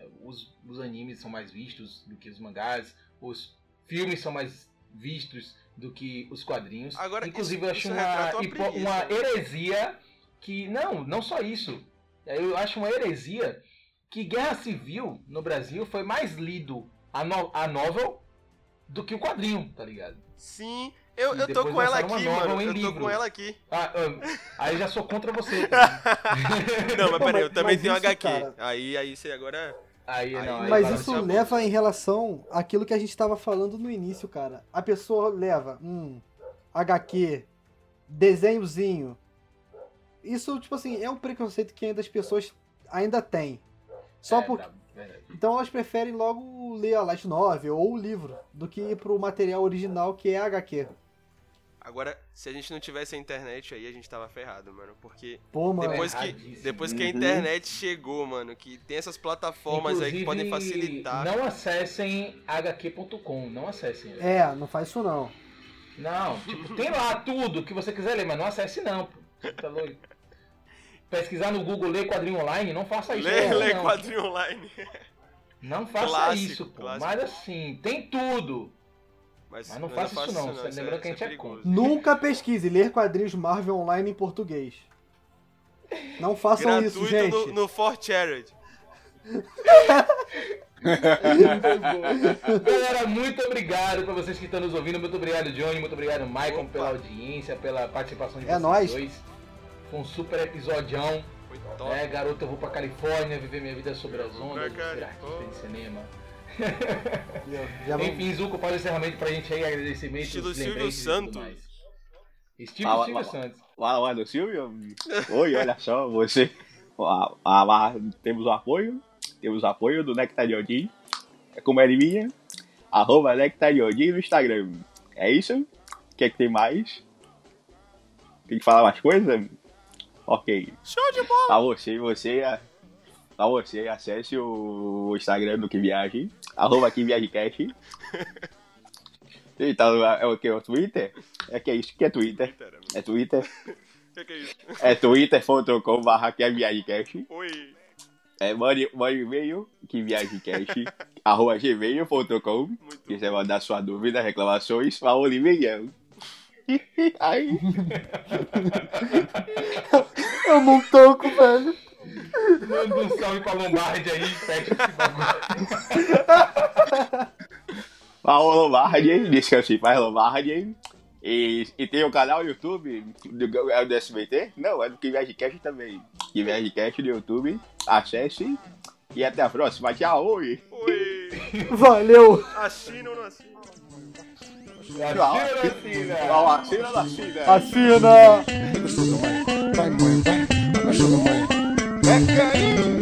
os animes são mais vistos do que os mangás. Os filmes são mais vistos do que os quadrinhos. Agora, inclusive, eu acho isso retrata uma preguiça, né? heresia que... Não só isso. Eu acho uma heresia que Guerra Civil, no Brasil, foi mais lido a novel do que o quadrinho, tá ligado? Sim, eu tô depois com ela lançaram uma aqui, novel mano. em Eu tô livro. com ela aqui. Aí já sou contra você. Não, mas peraí, eu também mas tenho isso, HQ. cara- Aí você agora... Aí Mas vai isso ser bom. leva em relação àquilo que a gente tava falando no início, cara. A pessoa leva HQ, desenhozinho. Isso, tipo assim, é um preconceito que ainda as pessoas ainda têm. Só porque... Verdade. Então elas preferem logo ler a light novel ou o livro do que ir pro material original que é a HQ. Agora, se a gente não tivesse a internet aí, a gente tava ferrado, mano. Porque Pô, mano. depois que a internet chegou, mano, que tem essas plataformas aí que podem facilitar. Não acessem hq.com, não acessem. Não faz isso não. Não, tipo, tem lá tudo que você quiser ler, mas não acesse não, pô. Tá louco? Pesquisar no Google, ler quadrinho online, não faça isso. Lê não. quadrinho online. Não faça Clássico, isso, pô. clássico. Mas assim, tem tudo. Mas não faça isso não, isso lembrando que a gente é perigoso. Nunca pesquise ler quadrinhos Marvel online em português. Não façam isso, Gratuito gente. no For Charity. Galera, muito obrigado pra vocês que estão nos ouvindo. Muito obrigado, Johnny. Muito obrigado, Maicon, pela audiência, pela participação de vocês nóis. dois. Foi um super episodião. Foi top. Garoto, eu vou pra Califórnia viver minha vida sobre as vou ondas, pra ser artista Califórnia. de cinema. Já vamos... Enfim, Zuko, faz o encerramento pra gente aí, agradecimentos, Estilo Silvio lembretes e tudo Santos. mais. Estilo Silvio Santos. Lá do Silvio. Oi, olha só, você. Temos o apoio do Nectariodin. É como é minha. @Nectariodin no Instagram. É isso? O que é que tem mais? Tem que falar mais coisas? Ok. Show de bola! Pra você, acesse o Instagram do Que Viagem. @QueViagemCast. Então, é o que? O Twitter? É que é isso? Que é Twitter? É Twitter? O que é isso? É twitter.com/QueViagemCast. Oi. Mande e-mail, QueViagemCast, @gmail.com. Se você mandar sua dúvida, reclamações, Paulo Oliveira. Aí. Eu não toco, velho. Manda um salve pra Lombardi aí, fecha esse bagulho. Paulo Lombardi, descanse em paz, Lombardi. E tem o canal no YouTube é do SBT? Não, é do QueViagemCast também. QueViagemCast no YouTube, acesse e até a próxima. Tchau, oi! Oi. Valeu. Assina ou não assina? Assina. Assina. Vai, mãe, vai. Vai, mãe.